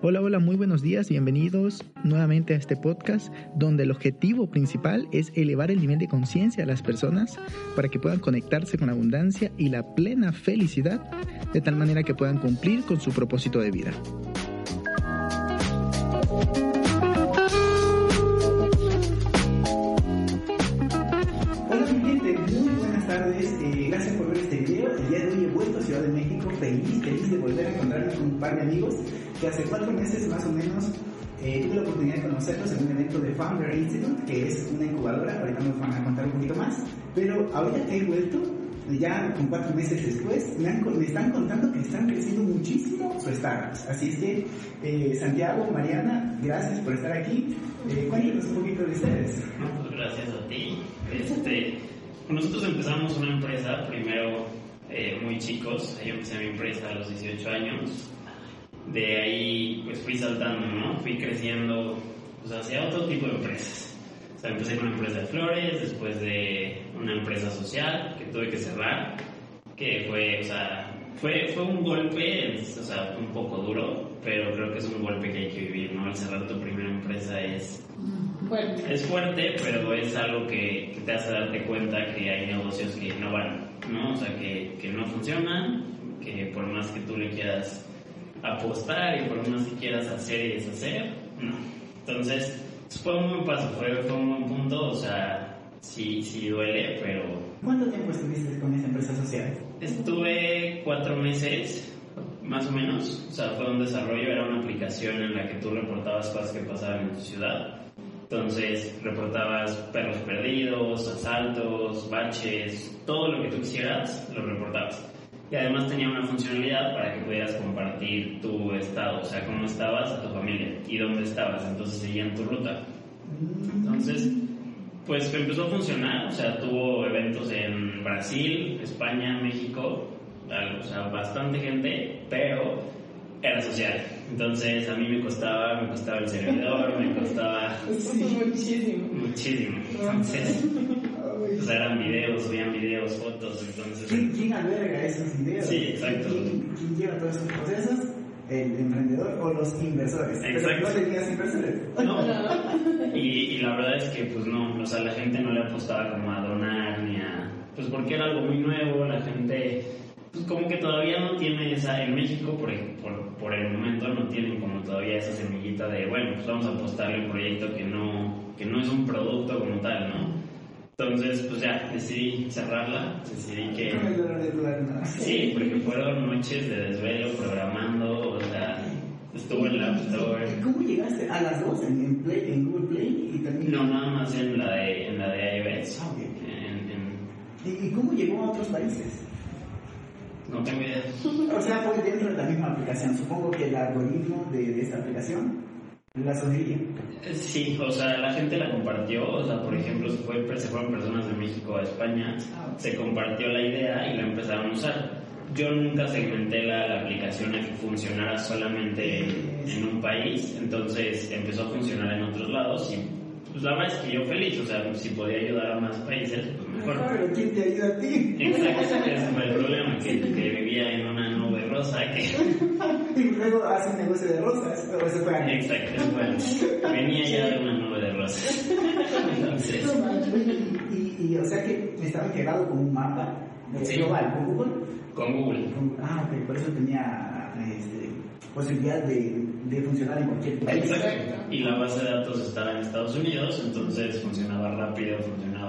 Hola, hola, muy buenos días, bienvenidos nuevamente a este podcast donde el objetivo principal es elevar el nivel de conciencia a las personas para que puedan conectarse con la abundancia y la plena felicidad de tal manera que puedan cumplir con su propósito de vida. Hola mi gente, muy buenas tardes, gracias por ver este video. El día de hoy he vuelto a Ciudad de México, feliz de volver a encontrarme con un par de amigos que hace 4 meses más o menos tuve la oportunidad de conocerlos en un evento de Founder Institute, que es una incubadora. Ahorita nos van a contar un poquito más, pero ahorita que he vuelto, ya con 4 meses después, me están contando que están creciendo muchísimo su startup. Así es que, Santiago, Mariana, gracias por estar aquí. Cuéntanos un poquito de ustedes. No, pues gracias a ti. Nosotros empezamos una empresa primero muy chicos. Yo empecé mi empresa a los 18 años. De ahí pues fui saltando, ¿no? Fui creciendo pues, hacia otro tipo de empresas. O sea, empecé con una empresa de flores, después de una empresa social que tuve que cerrar, que fue un golpe, o sea, un poco duro, pero creo que es un golpe que hay que vivir, ¿no? El cerrar tu primera empresa es fuerte, pero es algo que te hace darte cuenta que hay negocios que no van, ¿no? O sea, que no funcionan, que por más que tú le quieras apostar y por más que quieras hacer y deshacer, no. Entonces, fue un buen paso, fue un buen punto, o sea, sí duele, pero... ¿Cuánto tiempo estuviste con esa empresa social? Estuve 4 meses, más o menos. O sea, fue un desarrollo, era una aplicación en la que tú reportabas cosas que pasaban en tu ciudad. Entonces, reportabas perros perdidos, asaltos, baches, todo lo que tú quisieras, lo reportabas. Y además tenía una funcionalidad para que pudieras compartir tu estado, o sea, cómo estabas a tu familia y dónde estabas. Entonces, seguían tu ruta. Entonces, pues empezó a funcionar, o sea, tuvo eventos en Brasil, España, México, o sea, bastante gente, pero era social. Entonces a mí me costaba el servidor, me costaba... Sí, Muchísimo. Entonces, o sea, eran videos, subían videos, fotos, entonces... ¿Quién alberga esos videos? Sí, exacto. ¿Quién lleva todos esos procesos? ¿El emprendedor o los inversores? Exacto. ¿Pero no tenías inversores? No. Y la verdad es que pues no, o sea, la gente no le apostaba como a donar ni a... Pues porque era algo muy nuevo, la gente... Pues como que todavía no tiene esa... En México, por el momento, no tienen como todavía esa semillita de, bueno, pues vamos a apostarle a un proyecto que no es un producto como tal, ¿no? Entonces, pues ya, decidí cerrarla, decidí que... No me dolor de dudar nada. Sí, porque fueron noches de desvelo programando, o sea, estuve en la App Store. ¿Y cómo llegaste a las dos? ¿En Google Play y también...? No, nada más en la de iOS. Ah, ok. ¿Y cómo llegó a otros países? No tengo idea. O sea, fue dentro de la misma aplicación. Supongo que el algoritmo de esta aplicación la sugirió. Sí, o sea, la gente la compartió, o sea, por ejemplo, se fueron personas de México a España, se compartió la idea y la empezaron a usar. Yo nunca segmenté la aplicación a que funcionara solamente en un país, entonces empezó a funcionar en otros lados y pues la verdad es que yo feliz, o sea, si podía ayudar a más países, pues mejor. Pero ¿quién te ayuda a ti? Exacto, ese fue el problema, que vivía en una nube rosa que... Y luego hace un negocio de rosas, o eso fue antes. Exacto, eso fue antes. Venía ya de una nube de rosas. Entonces... Y o sea que estaba integrado con un mapa global, ¿con Google? Con Google. Ok, por eso tenía posibilidad de funcionar en cualquier país. Exacto. Y la base de datos estaba en Estados Unidos, entonces funcionaba rápido,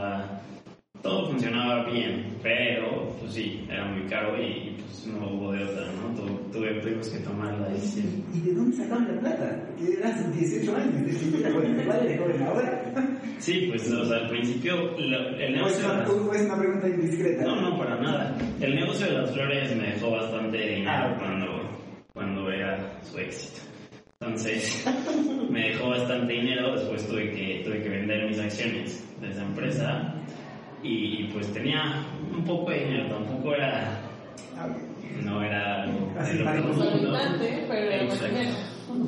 todo funcionaba bien, pero pues sí, era muy caro y pues no hubo de otra, ¿no? Tuvimos que tomar la decisión. ¿Y de dónde sacaban la plata? Eras 18 años, igual eres joven ahora. Sí, pues o sea, al principio el negocio... ¿Es una pregunta indiscreta? No, para nada. El negocio de las flores me dejó bastante dinero cuando era su éxito. Entonces, me dejó bastante dinero, después tuve que vender mis acciones de esa empresa y pues tenía un poco de dinero, tampoco era... No era algo así del otro mundo. Pero Exacto.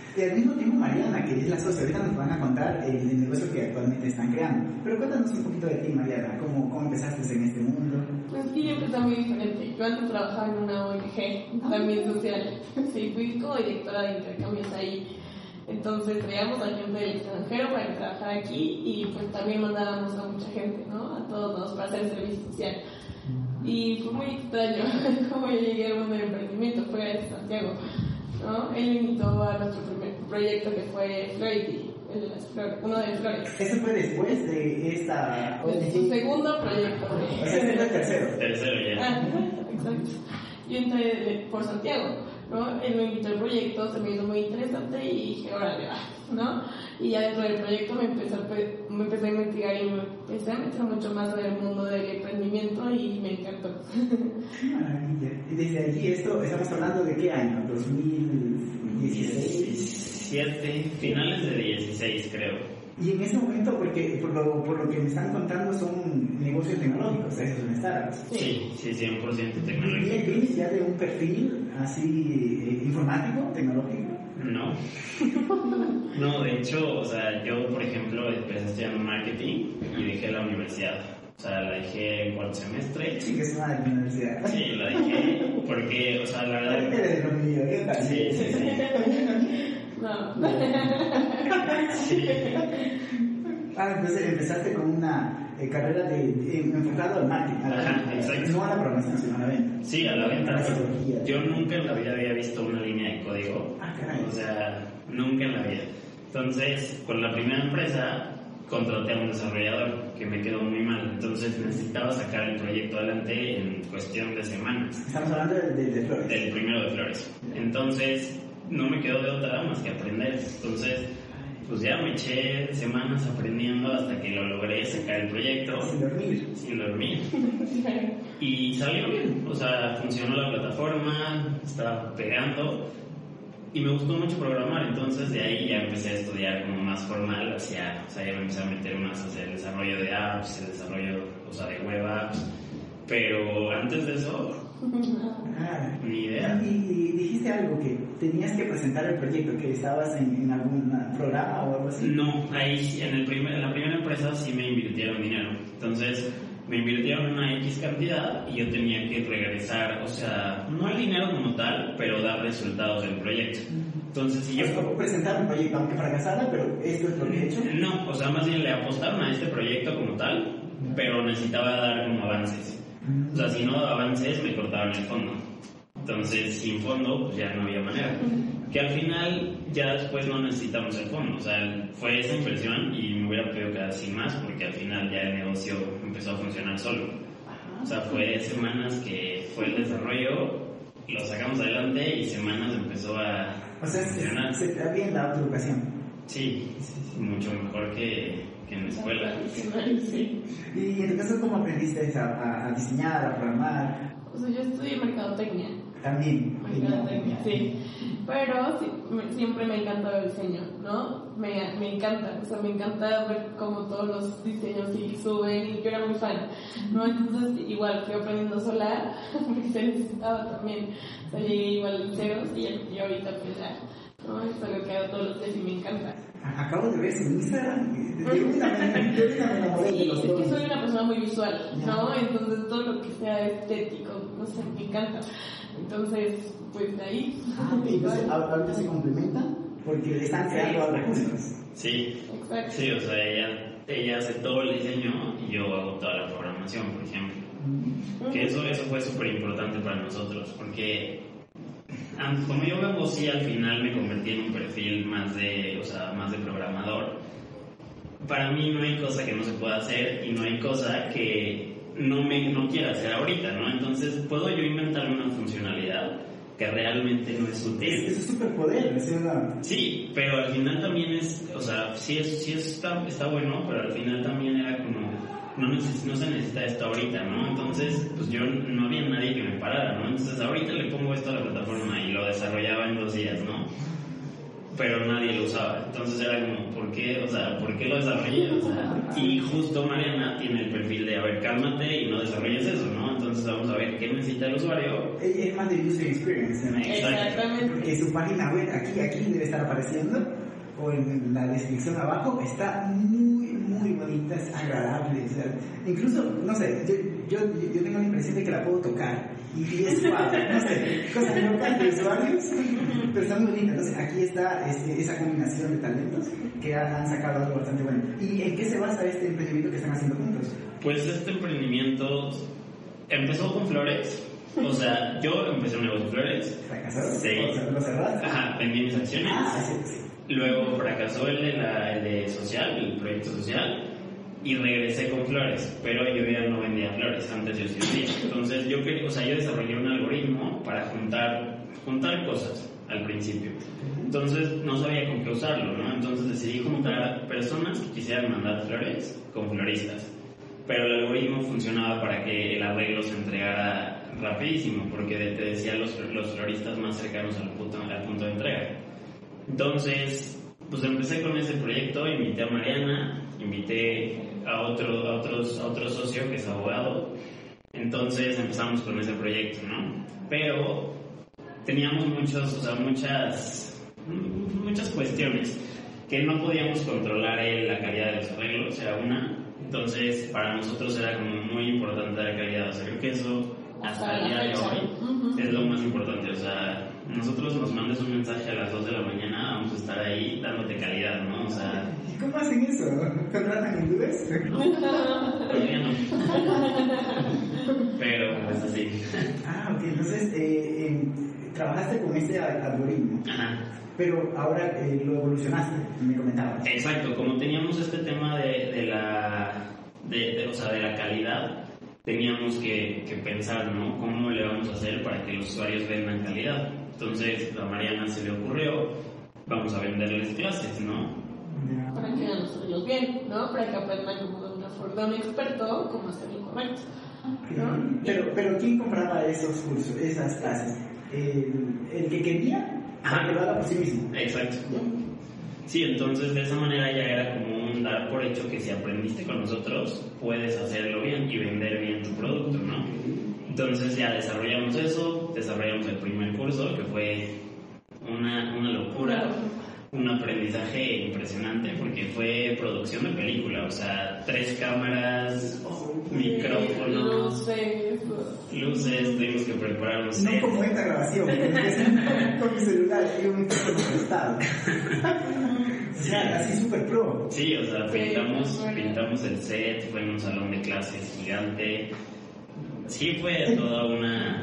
Y al mismo tiempo Mariana, que es la socia, ahorita nos van a contar el negocio que actualmente están creando. Pero cuéntanos un poquito de ti, Mariana, ¿cómo empezaste en este mundo? Pues sí, yo empecé muy diferente. Yo antes trabajaba en una ONG, también social. Sí, fui como directora de intercambios ahí. Entonces traíamos a gente del extranjero para que trabajara aquí y pues también mandábamos a mucha gente, ¿no? A todos lados para hacer servicio social. Y fue muy extraño cómo yo llegué al mundo del emprendimiento, fue de Santiago, ¿no? Él me invitó a nuestro primer proyecto que fue Flority, uno de flores. ¿Eso fue después de esta ONG? Su segundo proyecto. O sea, este fue el tercero. Tercero ya. Exacto. Yo entré por Santiago, ¿no? Él me invitó al proyecto, se me hizo muy interesante y dije, órale, va, ¿no? Y ya dentro del proyecto me empecé a investigar y me empecé a meter mucho más en el mundo del emprendimiento y me encantó. Maravilla. Y desde allí, estamos hablando de qué año, 2016. 17, finales de 16 creo. Y en ese momento, porque por lo que me están contando son negocios tecnológicos, son startups. Sí, 100% tecnológico. ¿Y vienes ya de un perfil así informático, tecnológico? No. No, de hecho, o sea, yo por ejemplo empecé estudiando marketing y dejé la universidad. O sea, la dejé en cuarto semestre. Sí, que es una de la universidad. Sí, la dejé porque, o sea, la verdad... Eres de lo mío, ¿qué tal? Sí. No. Sí. Entonces empezaste con una carrera enfocada al marketing, exacto. No a la programación, sino a la venta. Sí, a la venta. A yo nunca en la vida había visto una línea de código. Caray. O sea, nunca en la vida. Entonces, con la primera empresa contraté a un desarrollador que me quedó muy mal. Entonces necesitaba sacar el proyecto adelante en cuestión de semanas. Estamos hablando de Flores. Del primero de Flores. Entonces, no me quedó de otra más que aprender. Entonces, pues ya me eché semanas aprendiendo hasta que lo logré sacar el proyecto. Sin dormir. Y salió bien. O sea, funcionó la plataforma, estaba pegando. Y me gustó mucho programar, entonces de ahí ya empecé a estudiar como más formal, o sea, ya me empecé a meter más hacia el desarrollo de apps, el desarrollo, o sea, de web apps, pero antes de eso, ni idea. Y dijiste algo que tenías que presentar el proyecto, que estabas en algún programa o algo así. No, ahí en la primera empresa sí me invirtieron dinero, entonces me invirtieron una X cantidad y yo tenía que regresar, o sea, no el dinero como tal, pero dar resultados del proyecto. Entonces, si yo... presentar un proyecto, aunque fracasara, pero esto es lo que he hecho. No, o sea, más bien le apostaron a este proyecto como tal, pero necesitaba dar como avances. O sea, si no daba avances, me cortaban el fondo. Entonces, sin fondo, pues ya no había manera. Que al final, ya después no necesitamos el fondo. O sea, fue esa inversión y me hubiera podido quedar sin más porque al final ya el negocio empezó a funcionar solo. O sea, fue semanas que fue el desarrollo, lo sacamos adelante y semanas empezó a funcionar. Se te da bien la autoeducación. Sí, mucho mejor que en la escuela. Sí. ¿Y en tu caso cómo aprendiste a diseñar, a programar? O sea, yo estudié mercadotecnia. También. Sí. Pero sí, siempre me encanta el diseño, ¿no? Me encanta, o sea, me encanta ver cómo todos los diseños sí suben y yo era muy fan, ¿no? Entonces, igual fui aprendiendo sola porque se necesitaba también. O sea, llegué igual en ceros y ahorita pues ya, ¿no? Es algo que hago todos los días y me encanta. Acabo de ver su Instagram. Sí, es que soy una persona muy visual, ¿no? Entonces todo lo que sea estético, no sé, me encanta. Entonces, pues de ahí. Entonces, ahorita se complementan porque le están creando algo juntos. Sí. Exacto. Sí, o sea, ella hace todo el diseño y yo hago toda la programación, por ejemplo. Que eso fue súper importante para nosotros, porque como yo me sí al final me convertí en un perfil más de programador. Para mí no hay cosa que no se pueda hacer y no hay cosa que no quiera hacer ahorita, ¿no? Entonces puedo yo inventarme una funcionalidad que realmente no es útil. Es un superpoder, ¿verdad? Sí, pero al final también o sea, sí está bueno, pero al final también era como, no se necesita esto ahorita, ¿no? Entonces, pues yo no había nadie que me parara, ¿no? Entonces ahorita le pongo esto a la plataforma y lo desarrollaba en 2 días, ¿no? pero nadie lo usaba. Entonces era como, ¿por qué? O sea, ¿por qué lo desarrollé? O sea, y justo Mariana tiene el perfil de, a ver, cálmate y no desarrolles eso, ¿no? Entonces vamos a ver qué necesita el usuario. Es más de user experience, ¿no? Exactamente. Porque su página web aquí debe estar apareciendo, o en la descripción abajo, está muy bonita, es agradable. O sea, incluso, no sé, yo tengo la impresión de que la puedo tocar y es suave, no sé, cosas locas de usuarios, pero está muy bonita. Entonces aquí está esa combinación de talentos que han sacado algo bastante bueno. ¿Y en qué se basa este emprendimiento que están haciendo juntos? Pues este emprendimiento empezó con flores. O sea, yo empecé un negocio de flores. ¿Fracasó? Sí. ¿Lo cerraste? Ajá, vendí mis acciones. Sí. Luego fracasó el de social, el proyecto social, y regresé con flores, pero yo ya no vendía flores, antes yo sí vendía. Entonces yo desarrollé un algoritmo para juntar cosas al principio. Entonces no sabía con qué usarlo, ¿no? Entonces decidí juntar personas que quisieran mandar flores con floristas. Pero el algoritmo funcionaba para que el arreglo se entregara rapidísimo, porque te decía los floristas más cercanos al punto de entrega. Entonces, pues empecé con ese proyecto, invité a Mariana, invité a otro socio que es abogado. Entonces empezamos con ese proyecto, ¿no? Pero teníamos muchas cuestiones que no podíamos controlar la calidad de los arreglos, era una. Entonces, para nosotros era como muy importante la calidad. O sea, creo que eso hasta el día de hoy es lo más importante. O sea, nosotros nos mandes un mensaje a las 2 de la mañana, vamos a estar ahí dándote calidad, ¿no? O sea... ¿Y cómo hacen eso? ¿Contratan hindúes? Todavía no. Pero pues así. Ok. Entonces, trabajaste con este algoritmo. Ajá. Pero ahora lo evolucionaste, me comentabas. Exacto, como teníamos este tema de la calidad, teníamos que pensar, ¿no? ¿Cómo le vamos a hacer para que los usuarios vendan calidad? Entonces a Mariana se le ocurrió, vamos a venderles clases, ¿no? Para que hagan los arreglos bien, ¿no? Para que aprendan como de un experto cómo hacerlo correcto, ¿no? Pero ¿quién compraba esos cursos, esas clases? ¿El que quería? Que lo haga por sí mismo. Exacto. Sí, entonces de esa manera ya era como un dar por hecho que si aprendiste con nosotros puedes hacerlo bien y vender bien tu producto, ¿no? Entonces ya desarrollamos eso, desarrollamos el primer curso que fue una locura, un aprendizaje impresionante porque fue producción de película, o sea, 3 cámaras, micrófonos, luces, tuvimos que preparar un set. No como esta grabación, con mi celular y un micrófono prestado. O sea, así super pro. Sí, o sea, pintamos el set, fue en un salón de clases gigante. Sí, fue toda una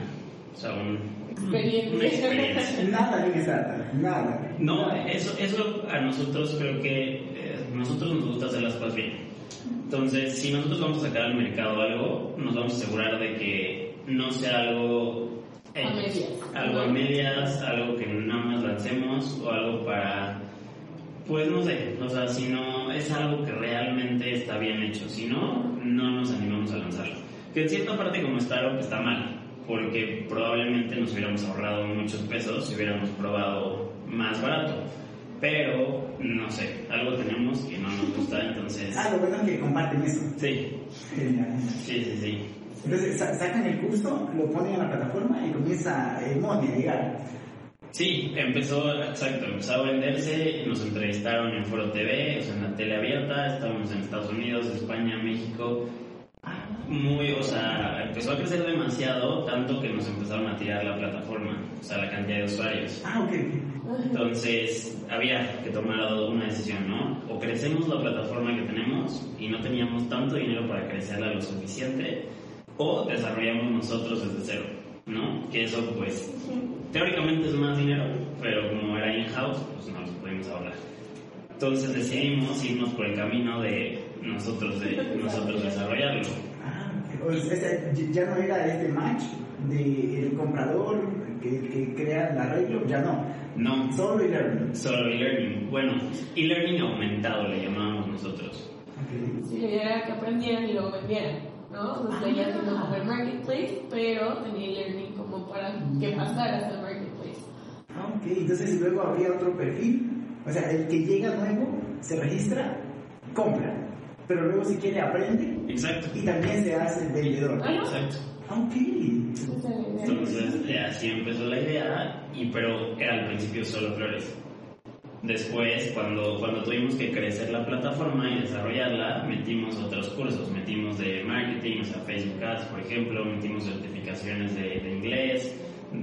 experiencia. Nada bien exacta, nada. No, eso a nosotros creo que nosotros nos gusta hacer las cosas bien. Entonces, si nosotros vamos a sacar al mercado algo, nos vamos a asegurar de que no sea algo a medias, algo que nada más lancemos o algo para, pues no sé, o sea, si no es algo que realmente está bien hecho, si no, no nos animamos a lanzarlo. Que en cierta parte como startup está mal, porque probablemente nos hubiéramos ahorrado muchos pesos si hubiéramos probado más barato. Pero, no sé, algo tenemos que no nos gusta, entonces... Lo bueno es que comparten eso. Sí. Genial. Sí. Entonces sacan el curso, lo ponen en la plataforma y comienza el money a llegar. Sí, empezó a venderse, nos entrevistaron en Foro TV, o sea, en la tele abierta, estábamos en Estados Unidos, España, México... empezó a crecer demasiado, tanto que nos empezaron a tirar la plataforma, o sea, la cantidad de usuarios. Ok. Entonces, había que tomar una decisión, ¿no? O crecemos la plataforma que tenemos y no teníamos tanto dinero para crecerla lo suficiente, o desarrollamos nosotros desde cero, ¿no? Que eso, pues, teóricamente es más dinero, pero como era in-house, pues no los pudimos ahorrar. Entonces decidimos irnos por el camino de nosotros desarrollarlo. O sea, ya no era este match del comprador que crea el arreglo, ya no. No. Solo e-learning. Solo e-learning. Bueno, e-learning aumentado le llamábamos nosotros. Okay. Sí, la idea era que aprendieran y luego vendieran, ¿no? O sea, seguía haciendo como el marketplace, pero tenía e-learning como para que pasara hasta el marketplace. Ok, entonces luego habría otro perfil O sea, el que llega nuevo, se registra, compra, pero luego si quiere aprende. Exacto. Y también se hace vendedor. Exacto. Ok. Entonces, así empezó la idea, pero era al principio solo flores. Después, cuando tuvimos que crecer la plataforma y desarrollarla, metimos otros cursos, metimos de marketing, o sea, Facebook Ads, por ejemplo, metimos certificaciones de inglés,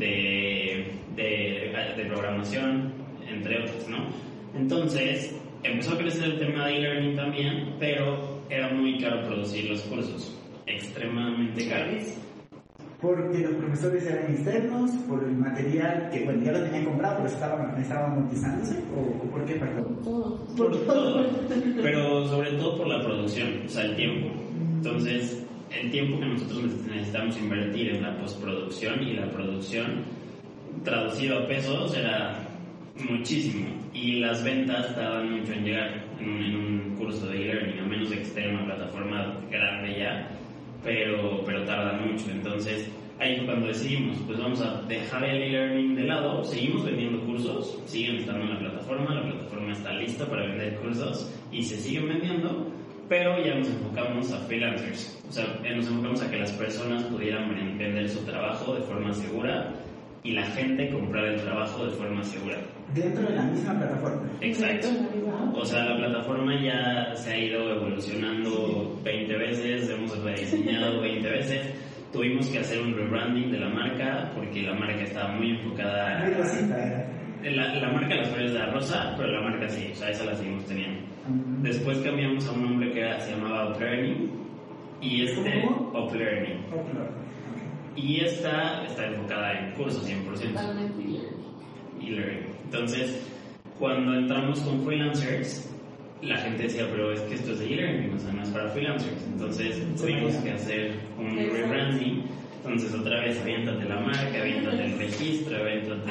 de programación, entre otros, ¿no? Entonces, empezó a crecer el tema de e-learning también, pero era muy caro producir los cursos, extremadamente caros. Porque los profesores eran externos, por el material que, bueno, ya lo tenían comprado, pero estaba amortizándose, o por qué, perdón? Por todo, pero sobre todo por la producción, o sea, el tiempo. Entonces, el tiempo que nosotros necesitamos invertir en la postproducción y la producción, traducido a pesos, era muchísimo. Y las ventas tardan mucho en llegar en un curso de e-learning, a menos de que esté en una plataforma grande ya. Pero tardan mucho. Entonces, ahí fue cuando decidimos, pues vamos a dejar el e-learning de lado, seguimos vendiendo cursos, siguen estando en la plataforma está lista para vender cursos y se siguen vendiendo, pero ya nos enfocamos a freelancers, o sea, nos enfocamos a que las personas pudieran vender su trabajo de forma segura y la gente comprar el trabajo de forma segura. Dentro de la misma plataforma. Exacto. O sea, la plataforma ya se ha ido evolucionando 20 veces, hemos rediseñado 20 veces. Tuvimos que hacer un rebranding de la marca porque la marca estaba muy enfocada. Muy rosita, La marca de las flores era rosa, pero la marca sí, o sea, esa la seguimos teniendo. Después cambiamos a un nombre que se llamaba Uplearning y Uplearning. Y esta está enfocada en cursos 100%. Totalmente e-learning. Entonces, cuando entramos con freelancers, la gente decía, pero es que esto es de e-learning, o sea, no es para freelancers. Entonces, tuvimos que hacer un rebranding. Entonces, otra vez, aviéntate la marca, aviéntate el registro, aviéntate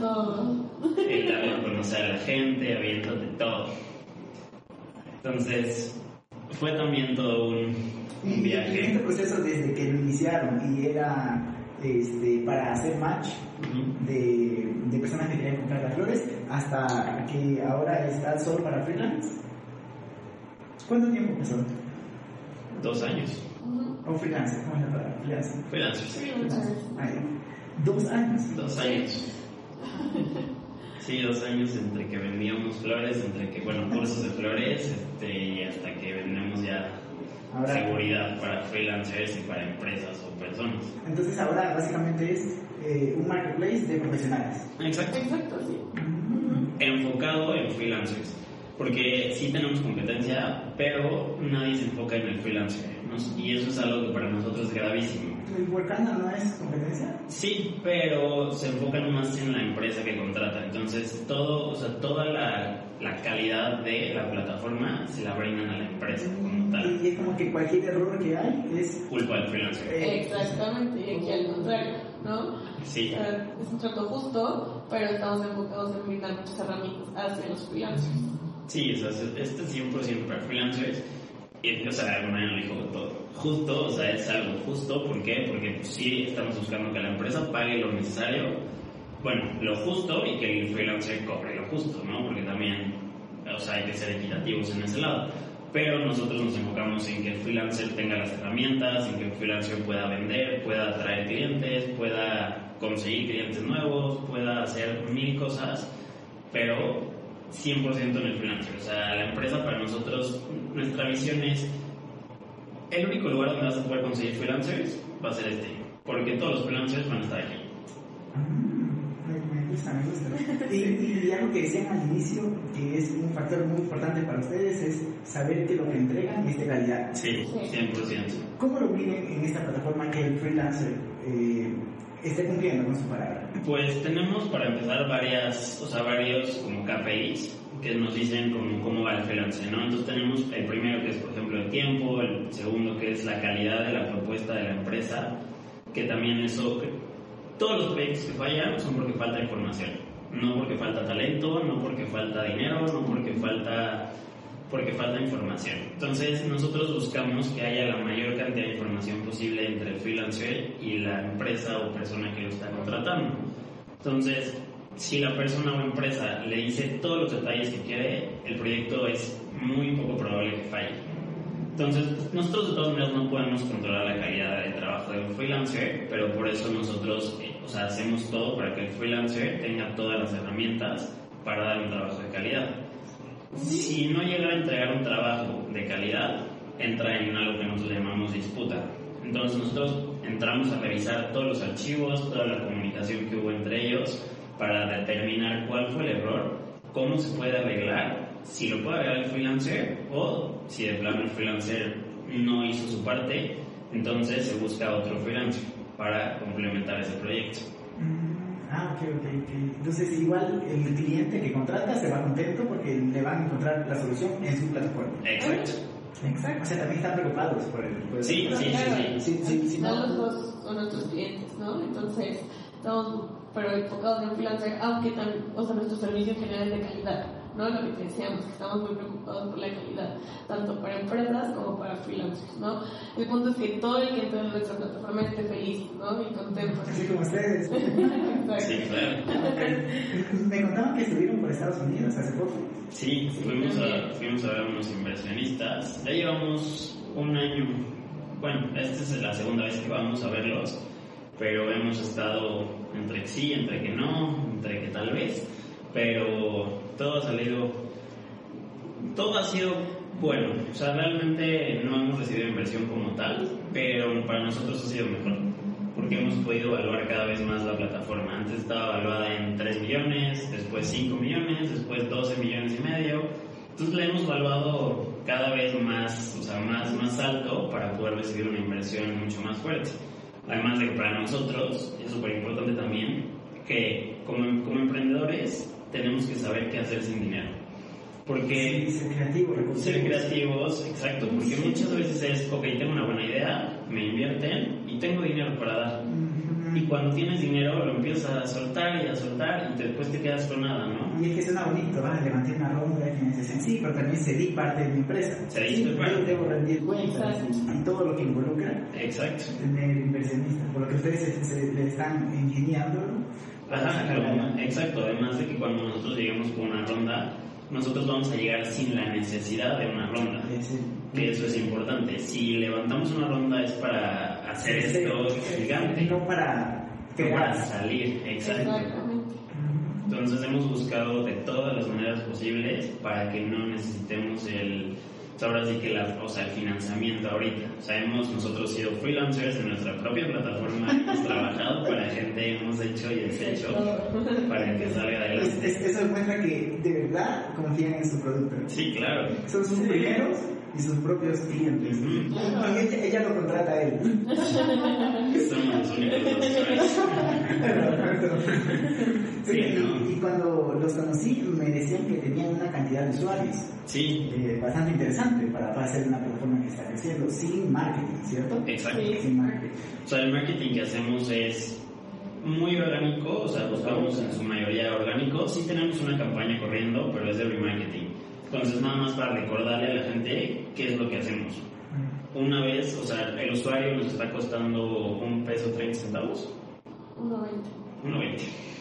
el conocer a la gente, aviéntate todo. Entonces, fue también todo un viaje. Y en este proceso, desde que lo iniciaron y era para hacer match de personas que querían comprar las flores, hasta que ahora está solo para freelance, ¿cuánto tiempo pasó? 2 años. ¿O freelance? ¿Cómo es la palabra? Freelancers. 2 años. 2 años. Sí, 2 años entre que vendíamos flores, entre que, cursos de flores, y hasta que vendemos ya ahora, seguridad para freelancers y para empresas o personas. Entonces ahora básicamente es un marketplace de profesionales. Exacto, sí. Enfocado en freelancers. Porque sí tenemos competencia, pero nadie se enfoca en el freelancer, ¿no? Y eso es algo que para nosotros es gravísimo. ¿El Workana no es competencia? Sí, pero se enfocan más en la empresa que contrata. Entonces, toda la calidad de la plataforma se la brindan a la empresa como tal. Y es como que cualquier error que hay es culpa del freelancer. Exactamente, y aquí al contrario, ¿no? Sí. Es un trato justo, pero estamos enfocados en brindar muchas herramientas hacia los freelancers. Sí, o sea, este es 100% para freelancers. O sea, alguna vez lo dijo todo. Justo, o sea, es algo justo. ¿Por qué? Porque pues, sí estamos buscando que la empresa pague lo necesario, lo justo, y que el freelancer cobre lo justo, ¿no? Porque también, o sea, hay que ser equitativos en ese lado. Pero nosotros nos enfocamos en que el freelancer tenga las herramientas, en que el freelancer pueda vender, pueda atraer clientes, pueda conseguir clientes nuevos, pueda hacer 1000 cosas, pero 100% en el freelancer. O sea, la empresa para nosotros, nuestra visión es el único lugar donde vas a poder conseguir freelancers va a ser porque todos los freelancers van a estar aquí. Me gusta. Y algo que decían al inicio, que es un factor muy importante para ustedes, es saber que lo que entregan es de calidad. Sí, 100%. ¿Cómo lo miden en esta plataforma que el freelancer esté cumpliendo con su palabra? Pues tenemos para empezar varios como KPIs que nos dicen cómo va el freelancer, ¿no? Entonces tenemos el primero que es, por ejemplo, el tiempo, el segundo que es la calidad de la propuesta de la empresa, que también todos los proyectos que fallan son porque falta información, no porque falta talento, no porque falta dinero, no porque falta información. Entonces nosotros buscamos que haya la mayor cantidad de información posible entre el freelancer y la empresa o persona que lo está contratando. Entonces, si la persona o empresa le dice todos los detalles que quiere, el proyecto es muy poco probable que falle. Entonces, nosotros de todas maneras no podemos controlar la calidad de trabajo de un freelancer, pero por eso nosotros hacemos todo para que el freelancer tenga todas las herramientas para dar un trabajo de calidad. Si no llega a entregar un trabajo de calidad, entra en algo que nosotros llamamos disputa. Entonces nosotros entramos a revisar todos los archivos, toda la comunicación que hubo entre ellos, para determinar cuál fue el error, cómo se puede arreglar, si lo puede arreglar el freelancer o si de plano el freelancer no hizo su parte, entonces se busca otro freelancer para complementar ese proyecto. Ok. Entonces igual el cliente que contrata se va contento porque le van a encontrar la solución en su plataforma. Exacto. O sea, también están preocupados por el... Sí. No, los dos son nuestros clientes, ¿no? Entonces, estamos pero enfocados en freelancer, aunque también, nuestro servicio en general es de calidad, ¿no? Lo que te decíamos, que estamos muy preocupados por la calidad, tanto para empresas como para freelancers, ¿no? El punto es que todo el que entre en nuestra plataforma esté feliz, ¿no? Y contento. Así como ustedes. Sí, claro. Me contaban que estuvieron por Estados Unidos hace poco. Sí, fuimos a ver a unos inversionistas. Ya llevamos un año. Bueno, esta es la segunda vez que vamos a verlos, pero hemos estado entre que sí, entre que no, entre que tal vez, pero todo ha sido bueno. O sea, realmente no hemos recibido inversión como tal, pero para nosotros ha sido mejor, porque hemos podido evaluar cada vez más la plataforma. Antes estaba evaluada en 3 millones, después 5 millones, después 12 millones y medio. Entonces la hemos evaluado cada vez más, más alto para poder recibir una inversión mucho más fuerte. Además de que para nosotros es súper importante también que como emprendedores tenemos que saber qué hacer sin dinero. Porque sí, ser creativos, exacto, porque muchas veces es, ok, tengo una buena idea, me invierten y tengo dinero para dar. Y cuando tienes dinero lo empiezas a soltar y después te quedas con nada, ¿no? Y es que suena bonito, levanté una ronda de financiación, sí, pero también cedí parte de mi empresa. Yo debo rendir cuentas y todo lo que involucra. Exacto. Tener inversionista, por lo que ustedes se le están ingeniando, ¿no? Ajá, exacto. Además de que cuando nosotros lleguemos con una ronda, nosotros vamos a llegar sin la necesidad de una ronda. Sí. Que eso es importante. Si levantamos una ronda es para hacer esto gigante. No para salir, exacto. Entonces hemos buscado de todas las maneras posibles para que no necesitemos ahora sí que el financiamiento ahorita. O sea, hemos nosotros sido freelancers en nuestra propia plataforma, hemos trabajado para gente, hemos hecho y deshecho para que salga adelante. Eso demuestra que de verdad confían en su producto. Sí, claro. Son sus primeros y sus propios clientes. Ella lo contrata a él. Somos los únicos dos. Sí, y cuando los conocí me decían que tenían una cantidad de usuarios. Sí. Bastante interesante para hacer una plataforma que está creciendo sin marketing, ¿cierto? Exacto. Sin marketing. O sea, el marketing que hacemos es muy orgánico, o sea, buscamos en su mayoría orgánico. Sí tenemos una campaña corriendo, pero es de remarketing. Entonces, nada más para recordarle a la gente qué es lo que hacemos. Una vez, el usuario nos está costando $1.30. 1.20.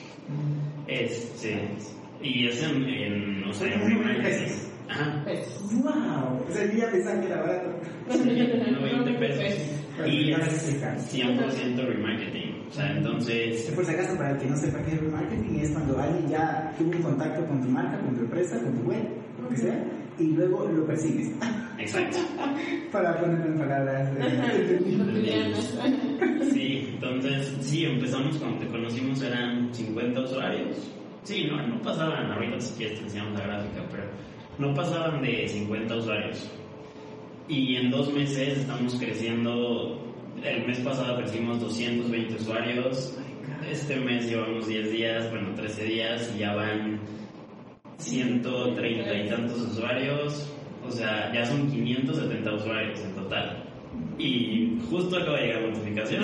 Y es en remarketing. Ajá. ¡Wow! O sea, yo ya pensaba que era barato. Sí, 1.20 pesos. Y es 100% remarketing. O sea, entonces... Por si acaso, para el que no sepa qué es remarketing, es cuando alguien ya tuvo un contacto con tu marca, con tu empresa, con tu web, lo que sea, y luego lo persigues. Exacto. Para ponerlo en palabras. Sí, entonces, empezamos cuando te conocimos eran 50 usuarios. Sí, no pasaban, ahorita si quieres te enseñamos la gráfica, pero no pasaban de 50 usuarios. Y en 2 meses estamos creciendo. El mes pasado crecimos 220 usuarios. Este mes llevamos 10 días, 13 días y ya van 130 y tantos usuarios. O sea, ya son 570 usuarios en total. Y justo acaba de llegar la notificación.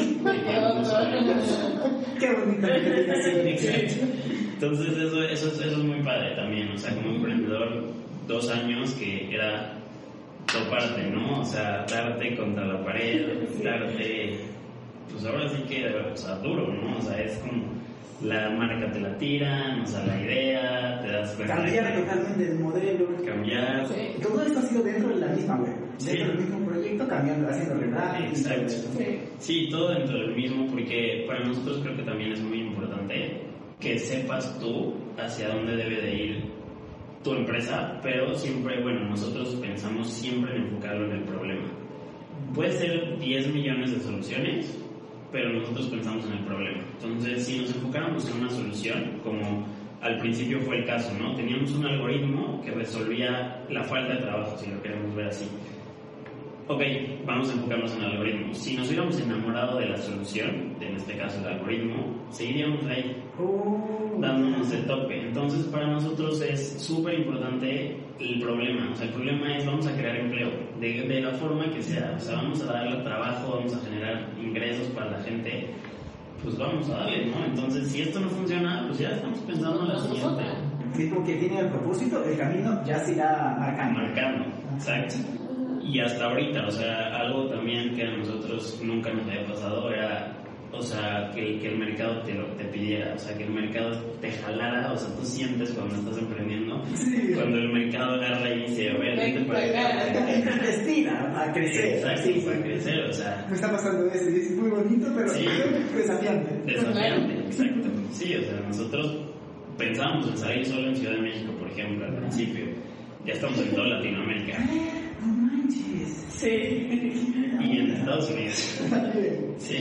Qué bonita notificación. Exacto. Entonces eso es muy padre también. O sea, como emprendedor, 2 años que era toparte, ¿no? O sea, darte contra la pared, darte, pues ahora sí que, duro, ¿no? O sea, es como la marca te la tiran, o sea, la idea, te das cuenta. Cambiar totalmente el modelo. Cambiar. Sí. Todo esto ha sido dentro de la misma web. Sí. Dentro del mismo proyecto, cambiando, haciendo rebranding. Exacto. Sí. Sí, todo dentro del mismo, porque para nosotros creo que también es muy importante que sepas tú hacia dónde debe de ir tu empresa, pero siempre, bueno, nosotros pensamos siempre en enfocarlo en el problema. Puede ser 10 millones de soluciones, pero nosotros pensamos en el problema. Entonces, si nos enfocáramos en una solución, como al principio fue el caso, ¿no? Teníamos un algoritmo que resolvía la falta de trabajo, si lo queremos ver así. Ok, vamos a enfocarnos en el algoritmo. Si nos hubiéramos enamorado de la solución, en este caso el algoritmo, seguiríamos ahí, dándonos de tope. Entonces, para nosotros es súper importante el problema. O sea, el problema es, vamos a crear empleo, de la forma que sea. O sea, vamos a darle trabajo, vamos a generar ingresos para la gente, pues vamos a darle, ¿no? Entonces, si esto no funciona, pues ya estamos pensando en la siguiente. Es como que tiene el propósito, el camino ya se irá marcando. Exacto. Y hasta ahorita, o sea, algo también que a nosotros nunca nos había pasado era, o sea, que el mercado te pidiera, o sea, que el mercado te jalara, o sea, tú sientes cuando estás emprendiendo, Sí. cuando el mercado agarra y dice, a ver, vente para acá. Te destina a crecer. Exacto, Sí, sí. para crecer, o sea, Me está pasando eso y es muy bonito, pero Sí. desafiante. desafiante, exacto. Sí, o sea, nosotros pensábamos en salir solo en Ciudad de México, por ejemplo, al principio. Ya estamos en toda Latinoamérica. No manches. Sí. Y en Estados Unidos. Sí.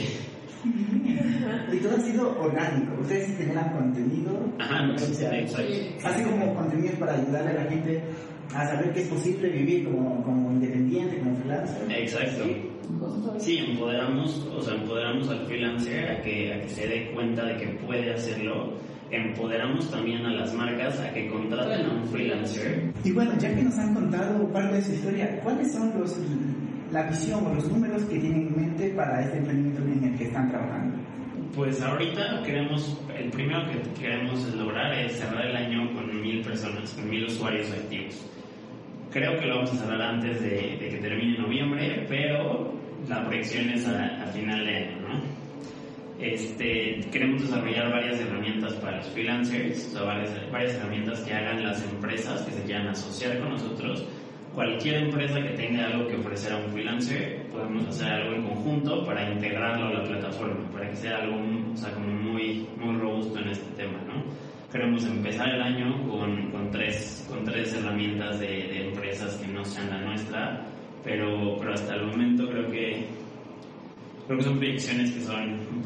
Y todo ha sido orgánico. Ustedes generan contenido. Ajá, no, o sea, exacto. así como contenidos para ayudarle a la gente a saber que es posible vivir como independiente, como freelancer. Exacto. Sí, empoderamos al freelancer a que se dé cuenta de que puede hacerlo. Empoderamos también a las marcas a que contraten a un freelancer. Y bueno, ya que nos han contado parte de su historia, ¿cuáles son la visión o los números que tienen en mente para este emprendimiento en el que están trabajando? Pues ahorita el primero que queremos lograr es cerrar el año con 1,000 personas, con 1,000 usuarios activos. Creo que lo vamos a cerrar antes de que termine noviembre, pero la proyección es a final de año, ¿no? Queremos desarrollar varias herramientas para los freelancers, o sea, varias herramientas que hagan las empresas que se quieran asociar con nosotros. Cualquier empresa que tenga algo que ofrecer a un freelancer, podemos hacer algo en conjunto para integrarlo a la plataforma, para que sea algo, o sea, como muy, muy robusto en este tema, ¿no? Queremos empezar el año con tres herramientas de empresas que no sean la nuestra, pero hasta el momento creo que son proyecciones que son un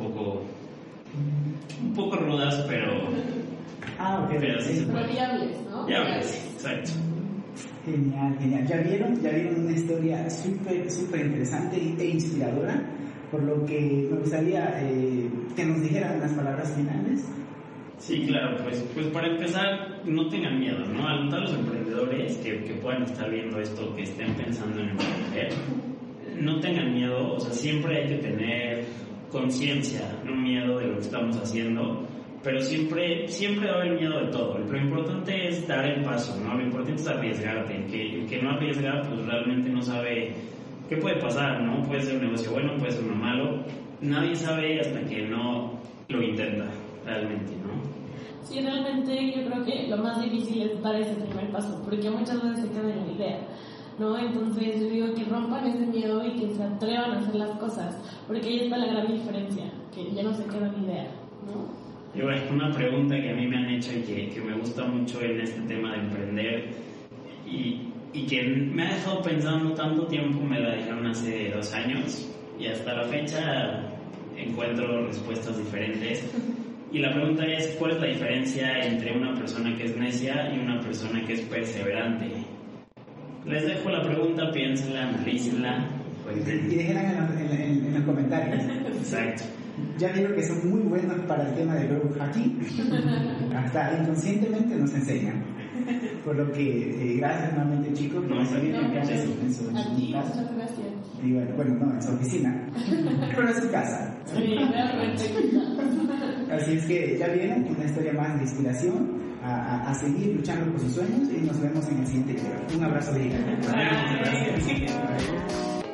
poco rudas, pero Ok. pero sí se puede. Viables, ¿no? Viables, exacto. Genial, genial. ¿Ya vieron una historia súper interesante e inspiradora? Por lo que me gustaría que nos dijeran unas palabras finales. Sí, claro, pues para empezar, no tengan miedo, ¿no? A todos los emprendedores que puedan estar viendo esto, que estén pensando en emprender, no tengan miedo, o sea, siempre hay que tener conciencia, no miedo de lo que estamos haciendo, pero siempre va a haber miedo de todo. Lo importante es dar el paso, ¿no? Lo importante es arriesgarte. El que no arriesga, pues realmente no sabe qué puede pasar, ¿no? Puede ser un negocio bueno, puede ser uno malo. Nadie sabe hasta que no lo intenta, realmente, ¿no? Sí, realmente yo creo que lo más difícil es dar ese primer paso, porque muchas veces se quedan en la idea, ¿no? Entonces yo digo que rompan ese miedo y que se atrevan a hacer las cosas, porque ahí está la gran diferencia, que ya no se queda en la idea, ¿no? Y bueno, una pregunta que a mí me han hecho y que me gusta mucho en este tema de emprender y que me ha dejado pensando tanto tiempo, me la dijeron hace 2 años y hasta la fecha encuentro respuestas diferentes. Y la pregunta es, ¿cuál es la diferencia entre una persona que es necia y una persona que es perseverante? Les dejo la pregunta, piénsenla, analícenla. Y déjenla en los comentarios. Exacto. Ya vieron que son muy buenos para el tema de growth hacking. Hasta inconscientemente nos enseñan. Por lo que, gracias nuevamente, chicos, por recibir en su casa. Muchas gracias. Y bueno, no, en su oficina. Pero en su casa. Sí, realmente. Así es que ya vieron una historia más de inspiración a seguir luchando por sus sueños y nos vemos en el siguiente video. Un abrazo de Gracias.